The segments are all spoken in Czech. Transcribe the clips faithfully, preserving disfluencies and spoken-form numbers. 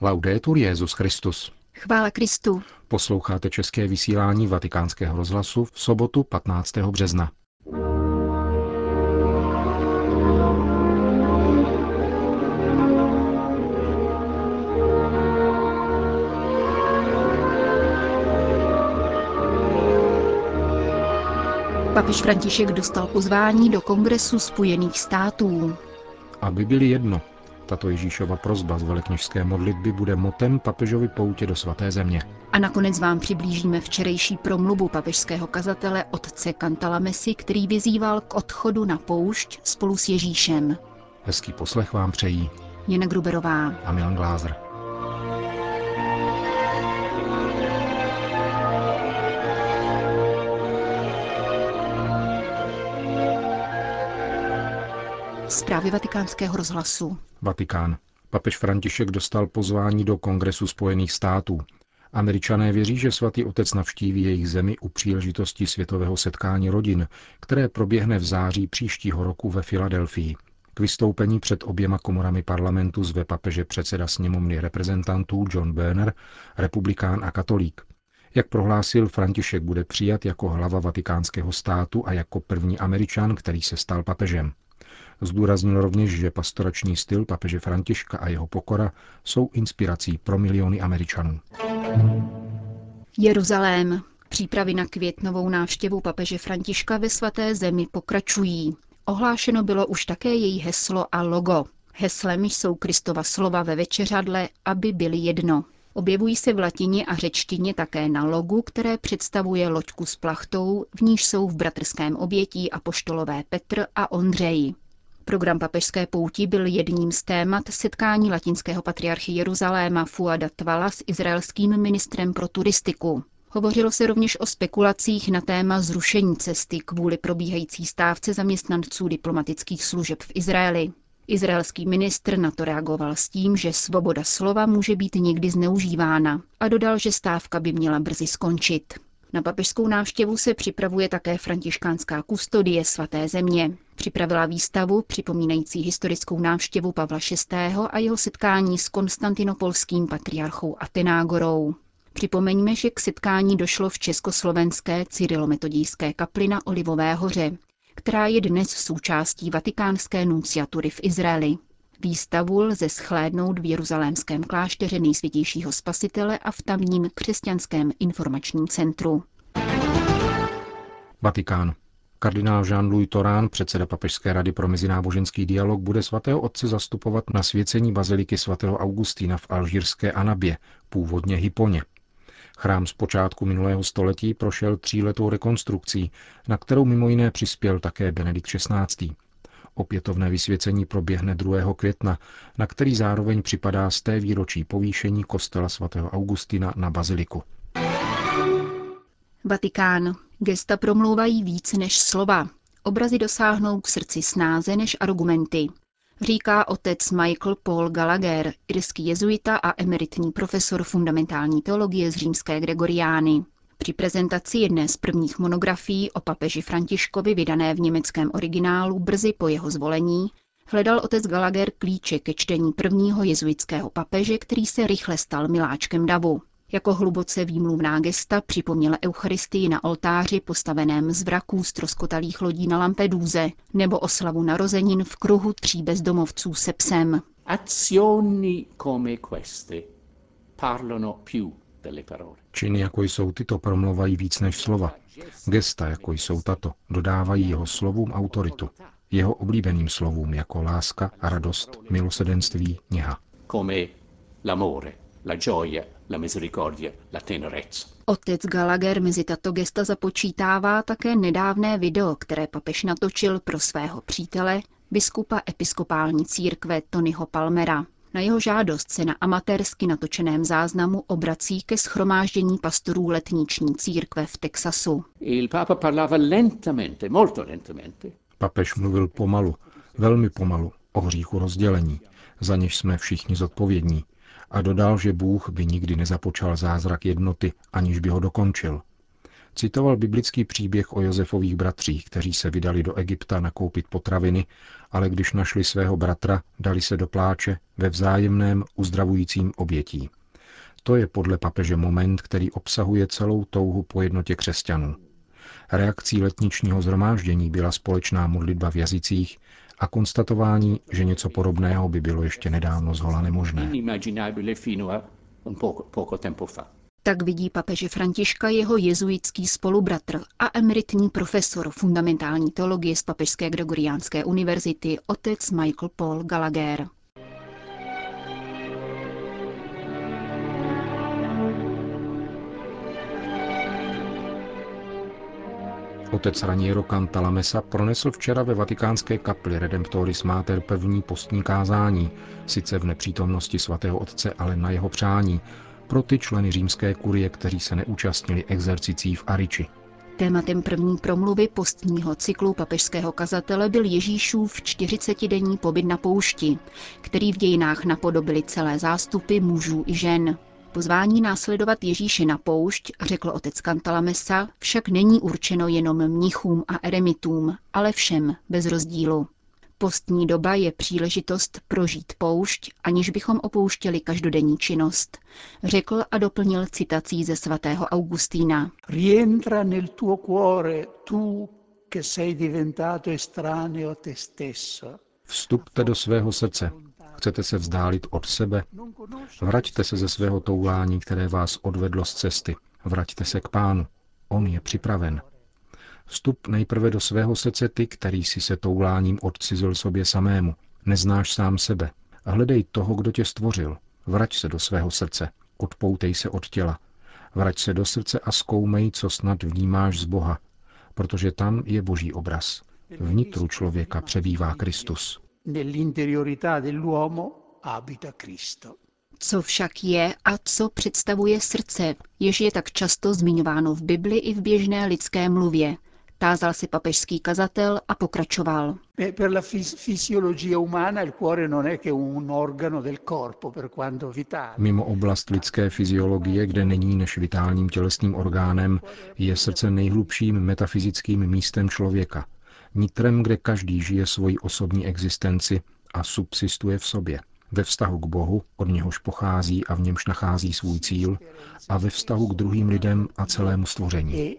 Laudetur Jesus Christus. Chvála Kristu. Posloucháte české vysílání Vatikánského rozhlasu v sobotu patnáctého března. Papež František dostal pozvání do Kongresu Spojených států. Aby byli jedno. Tato Ježíšova prosba z velekněžské modlitby bude motem papežovy poutě do svaté země. A nakonec vám přiblížíme včerejší promluvu papežského kazatele otce Cantalamessy, který vyzýval k odchodu na poušť spolu s Ježíšem. Hezký poslech vám přejí Jana Gruberová a Milan Glázer. Zprávy Vatikánského rozhlasu. Vatikán. Papež František dostal pozvání do Kongresu Spojených států. Američané věří, že svatý otec navštíví jejich zemi u příležitosti světového setkání rodin, které proběhne v září příštího roku ve Filadelfii. K vystoupení před oběma komorami parlamentu zve papeže předseda sněmovny reprezentantů John Boehner, republikán a katolík. Jak prohlásil, František bude přijat jako hlava vatikánského státu a jako první Američan, který se stal papežem. Zdůraznil rovněž, že pastorační styl papeže Františka a jeho pokora jsou inspirací pro miliony Američanů. Jeruzalém. Přípravy na květnovou návštěvu papeže Františka ve svaté zemi pokračují. Ohlášeno bylo už také její heslo a logo. Heslem jsou Kristova slova ve večeřadle, aby byli jedno. Objevují se v latině a řečtině také na logu, které představuje loďku s plachtou, v níž jsou v bratrském obětí apoštolové Petr a Ondřej. Program papežské pouti byl jedním z témat setkání latinského patriarchy Jeruzaléma Fuada Tvala s izraelským ministrem pro turistiku. Hovořilo se rovněž o spekulacích na téma zrušení cesty kvůli probíhající stávce zaměstnanců diplomatických služeb v Izraeli. Izraelský ministr na to reagoval s tím, že svoboda slova může být někdy zneužívána a dodal, že stávka by měla brzy skončit. Na papežskou návštěvu se připravuje také františkánská kustodie svaté země. Připravila výstavu připomínající historickou návštěvu Pavla šestého a jeho setkání s konstantinopolským patriarchou Atenágorou. Připomeňme, že k setkání došlo v československé cyrilometodějské kapli na Olivové hoře, která je dnes součástí vatikánské nunciatury v Izraeli. Výstavu lze shlédnout v jeruzalémském klášteře Nejsvětějšího Spasitele a v tamním křesťanském informačním centru. Vatikán. Kardinál Jean-Louis Torán, předseda Papežské rady pro mezináboženský dialog, bude svatého otce zastupovat na svěcení baziliky svatého Augustína v alžírské Anabě, původně Hyponě. Chrám z počátku minulého století prošel tříletou rekonstrukcí, na kterou mimo jiné přispěl také Benedikt šestnáctý. Opětovné vysvěcení proběhne druhého května, na který zároveň připadá sté výročí povýšení kostela svatého Augustina na baziliku. Vatikán. Gesta promlouvají víc než slova. Obrazy dosáhnou k srdci snáze než argumenty, říká otec Michael Paul Gallagher, irský jezuita a emeritní profesor fundamentální teologie z římské Gregoriány. Při prezentaci jedné z prvních monografií o papeži Františkovi vydané v německém originálu brzy po jeho zvolení hledal otec Gallagher klíče ke čtení prvního jezuitského papeže, který se rychle stal miláčkem davu. Jako hluboce výmluvná gesta připomněla eucharistii na oltáři postaveném z vraků ztroskotalých lodí na Lampeduze nebo oslavu narozenin v kruhu tří bezdomovců se psem. Azioni come queste parlano più delle parole. Činy, jako jsou tyto, promluvají víc než slova. Gesta, jako jsou tato, dodávají jeho slovům autoritu. Jeho oblíbeným slovům, jako láska, radost, milosedenství, něha. Come l'amore, la gioia, la misericordia, la tenerezza. Otec Gallagher mezi tato gesta započítává také nedávné video, které papež natočil pro svého přítele, biskupa episkopální církve Tonyho Palmera. Na jeho žádost se na amatérsky natočeném záznamu obrací ke shromáždění pastorů letniční církve v Texasu. Il Papa parlava lentamente, molto lentamente. Papež mluvil pomalu, velmi pomalu, o hříchu rozdělení, za něž jsme všichni zodpovědní, a dodal, že Bůh by nikdy nezapočal zázrak jednoty, aniž by ho dokončil. Citoval biblický příběh o Josefových bratřích, kteří se vydali do Egypta nakoupit potraviny, ale když našli svého bratra, dali se do pláče ve vzájemném uzdravujícím obětí. To je podle papeže moment, který obsahuje celou touhu po jednotě křesťanů. Reakcí letničního shromáždění byla společná modlitba v jazycích a konstatování, že něco podobného by bylo ještě nedávno zhola nemožné. Tak vidí papeže Františka jeho jezuitský spolubratr a emeritní profesor fundamentální teologie z Papežské Gregoriánské univerzity otec Michael Paul Gallagher. Otec Raniero Cantalamessa pronesl včera ve vatikánské kapli Redemptoris Mater první postní kázání, sice v nepřítomnosti svatého otce, ale na jeho přání, pro ty členy římské kurie, kteří se neúčastnili exercicí v Ariči. Tématem první promluvy postního cyklu papežského kazatele byl Ježíšův čtyřicetidenní pobyt na poušti, který v dějinách napodobily celé zástupy mužů i žen. Pozvání následovat Ježíše na poušť, řekl otec Cantalamessa, však není určeno jenom mnichům a eremitům, ale všem bez rozdílu. Postní doba je příležitost prožít poušť, aniž bychom opouštěli každodenní činnost, řekl a doplnil citací ze svatého Augustína. Rientra nel tuo cuore tu che sei diventato estraneo a te stesso. Vstupte do svého srdce. Chcete se vzdálit od sebe? Vraťte se ze svého toulání, které vás odvedlo z cesty. Vraťte se k Pánu. On je připraven. Vstup nejprve do svého srdce ty, který si se touláním odcizil sobě samému. Neznáš sám sebe. Hledej toho, kdo tě stvořil. Vrať se do svého srdce. Odpoutej se od těla. Vrať se do srdce a zkoumej, co snad vnímáš z Boha. Protože tam je Boží obraz. Vnitru člověka přebývá Kristus. Co však je a co představuje srdce, jež je tak často zmiňováno v Bibli i v běžné lidské mluvě, tázal si papežský kazatel a pokračoval. Mimo oblast lidské fyziologie, kde není než vitálním tělesným orgánem, je srdce nejhlubším metafyzickým místem člověka, nitrem, kde každý žije svoji osobní existenci a subsistuje v sobě. Ve vztahu k Bohu, od něhož pochází a v němž nachází svůj cíl, a ve vztahu k druhým lidem a celému stvoření.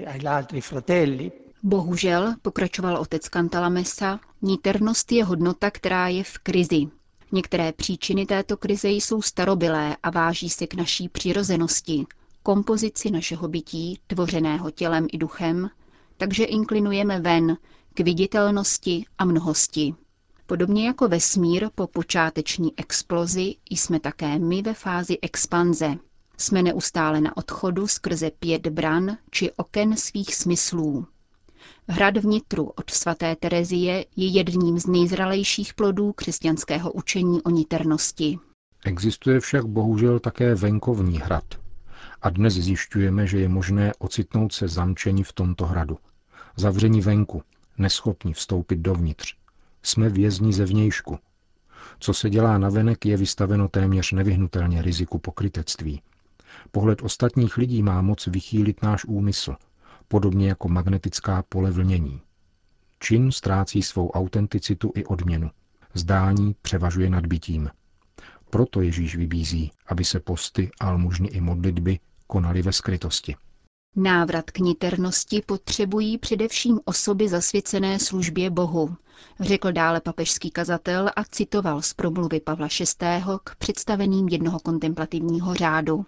Bohužel, pokračoval otec Cantalamessa, niternost je hodnota, která je v krizi. Některé příčiny této krize jsou starobylé a váží se k naší přirozenosti, kompozici našeho bytí, tvořeného tělem i duchem, takže inklinujeme ven, k viditelnosti a mnohosti. Podobně jako vesmír po počáteční explozi jsme také my ve fázi expanze. Jsme neustále na odchodu skrze pět bran či oken svých smyslů. Hrad vnitru od svaté Terezie je jedním z nejzralejších plodů křesťanského učení o niternosti. Existuje však bohužel také venkovní hrad. A dnes zjišťujeme, že je možné ocitnout se zamčeni v tomto hradu. Zavření venku, neschopni vstoupit dovnitř. Jsme vězni zevnějšku. Co se dělá navenek, je vystaveno téměř nevyhnutelně riziku pokrytectví. Pohled ostatních lidí má moc vychýlit náš úmysl, podobně jako magnetická pole vlnění. Čin ztrácí svou autenticitu i odměnu. Zdání převažuje nad bytím. Proto Ježíš vybízí, aby se posty, almužny i modlitby konaly ve skrytosti. Návrat k niternosti potřebují především osoby zasvěcené službě Bohu, řekl dále papežský kazatel a citoval z promluvy Pavla šestého k představeným jednoho kontemplativního řádu.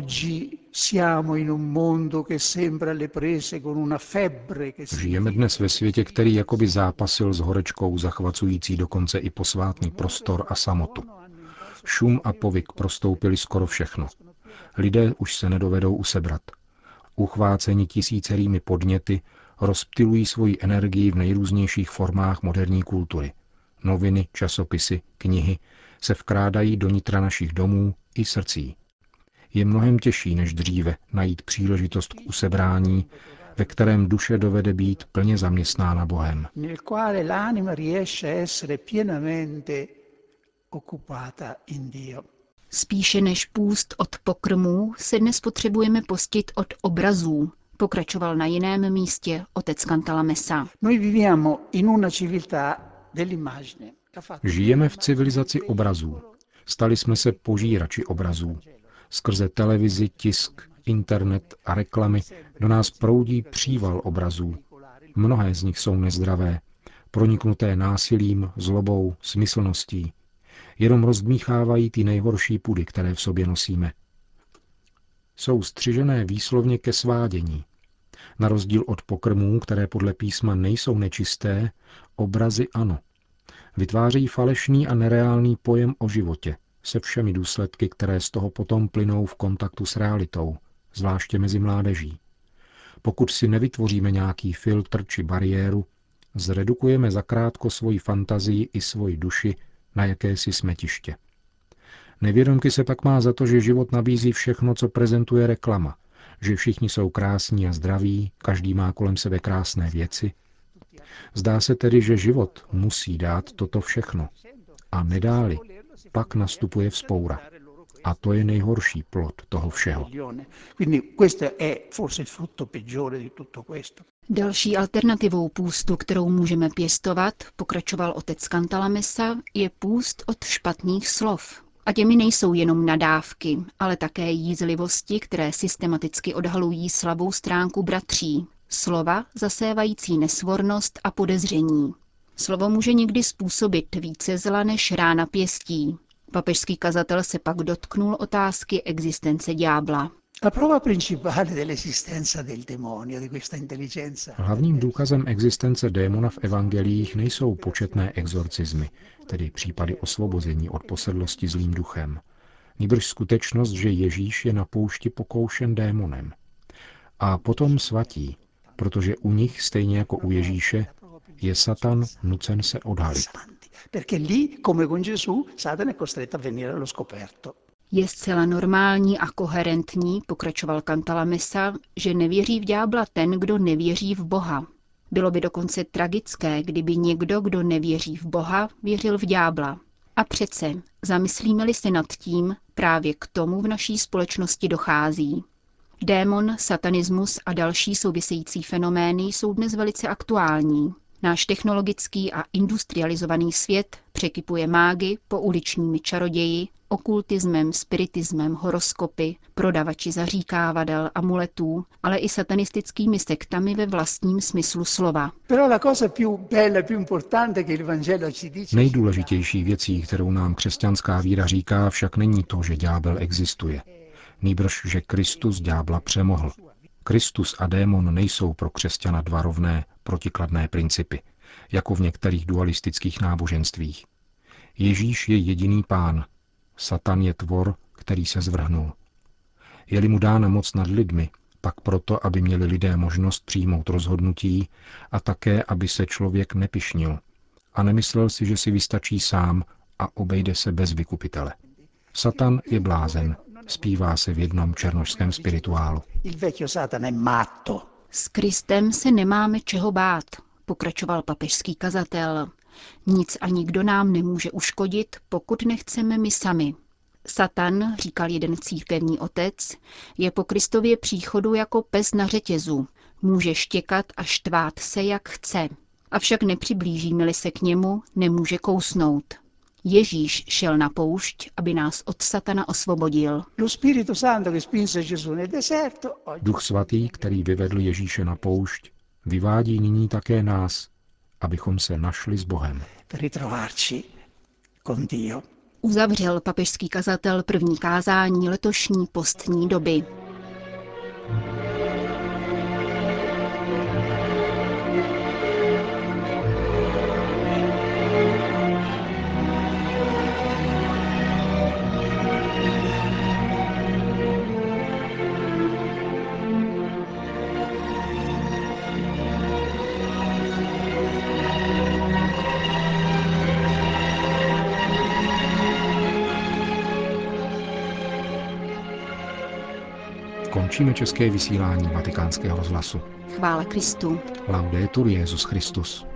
Žijeme dnes ve světě, který jakoby zápasil s horečkou zachvacující dokonce i posvátný prostor a samotu. Šum a povyk prostoupili skoro všechno. Lidé už se nedovedou usebrat. Uchváceni tisícerými podněty, rozptylují svoji energii v nejrůznějších formách moderní kultury. Noviny, časopisy, knihy se vkrádají do nitra našich domů i srdcí. Je mnohem těžší než dříve najít příležitost k usebrání, ve kterém duše dovede být plně zaměstnána Bohem. Spíše než půst od pokrmů se dnes potřebujeme postit od obrazů, Pokračoval na jiném místě otec Cantalamessa. Žijeme v civilizaci obrazů. Stali jsme se požírači obrazů. Skrze televizi, tisk, internet a reklamy do nás proudí příval obrazů. Mnohé z nich jsou nezdravé, proniknuté násilím, zlobou, smyslností. Jenom rozdmíchávají ty nejhorší pudy, které v sobě nosíme. Jsou střižené výslovně ke svádění. Na rozdíl od pokrmů, které podle písma nejsou nečisté, obrazy ano. Vytvářejí falešný a nereálný pojem o životě, se všemi důsledky, které z toho potom plynou v kontaktu s realitou, zvláště mezi mládeží. Pokud si nevytvoříme nějaký filtr či bariéru, zredukujeme zakrátko svoji fantazii i svoji duši na jakési smetiště. Nevědomky se pak má za to, že život nabízí všechno, co prezentuje reklama, že všichni jsou krásní a zdraví, každý má kolem sebe krásné věci. Zdá se tedy, že život musí dát toto všechno. A nedá-li, pak nastupuje vzpoura. A to je nejhorší plod toho všeho. Další alternativou půstu, kterou můžeme pěstovat, pokračoval otec Cantalamessa, je půst od špatných slov. A těmi nejsou jenom nadávky, ale také jízlivosti, které systematicky odhalují slabou stránku bratří. Slova zasévající nesvornost a podezření. Slovo může někdy způsobit více zla než rána pěstí. Papežský kazatel se pak dotknul otázky existence ďábla. Hlavním důkazem existence démona v evangelích nejsou početné exorcismy, tedy případy osvobození od posedlosti zlým duchem, nýbrž skutečnost, že Ježíš je na poušti pokoušen démonem. A potom svatí, protože u nich, stejně jako u Ježíše, je Satan nucen se odhalit. Je zcela normální a koherentní, pokračoval Cantalamessa, že nevěří v ďábla ten, kdo nevěří v Boha. Bylo by dokonce tragické, kdyby někdo, kdo nevěří v Boha, věřil v ďábla. A přece, zamyslíme-li se nad tím, právě k tomu v naší společnosti dochází. Démon, satanismus a další související fenomény jsou dnes velice aktuální. Náš technologický a industrializovaný svět překypuje mágy pouličními čaroději, okultismem, spiritismem, horoskopy, prodavači zaříkávadel, amuletů, ale i satanistickými sektami ve vlastním smyslu slova. Nejdůležitější věcí, kterou nám křesťanská víra říká, však není to, že ďábel existuje. Nýbrž, že Kristus ďábla přemohl. Kristus a démon nejsou pro křesťana dva rovné, protikladné principy, jako v některých dualistických náboženstvích. Ježíš je jediný pán. Satan je tvor, který se zvrhnul. Je-li mu dána moc nad lidmi, pak proto, aby měli lidé možnost přijmout rozhodnutí a také, aby se člověk nepyšnil a nemyslel si, že si vystačí sám a obejde se bez vykupitele. Satan je blázen, zpívá se v jednom černošském spirituálu. S Kristem se nemáme čeho bát, pokračoval papežský kazatel. Nic a nikdo nám nemůže uškodit, pokud nechceme my sami. Satan, říkal jeden církevní otec, je po Kristově příchodu jako pes na řetězu. Může štěkat a štvát se, jak chce. Avšak nepřiblížíme-li se k němu, nemůže kousnout. Ježíš šel na poušť, aby nás od satana osvobodil. Duch svatý, který vyvedl Ježíše na poušť, vyvádí nyní také nás, abychom se našli s Bohem. Uzavřel papežský kazatel první kázání letošní postní doby. Končíme české vysílání Vatikánského rozhlasu. Chvála Kristu. Laudetur Jesus Christus.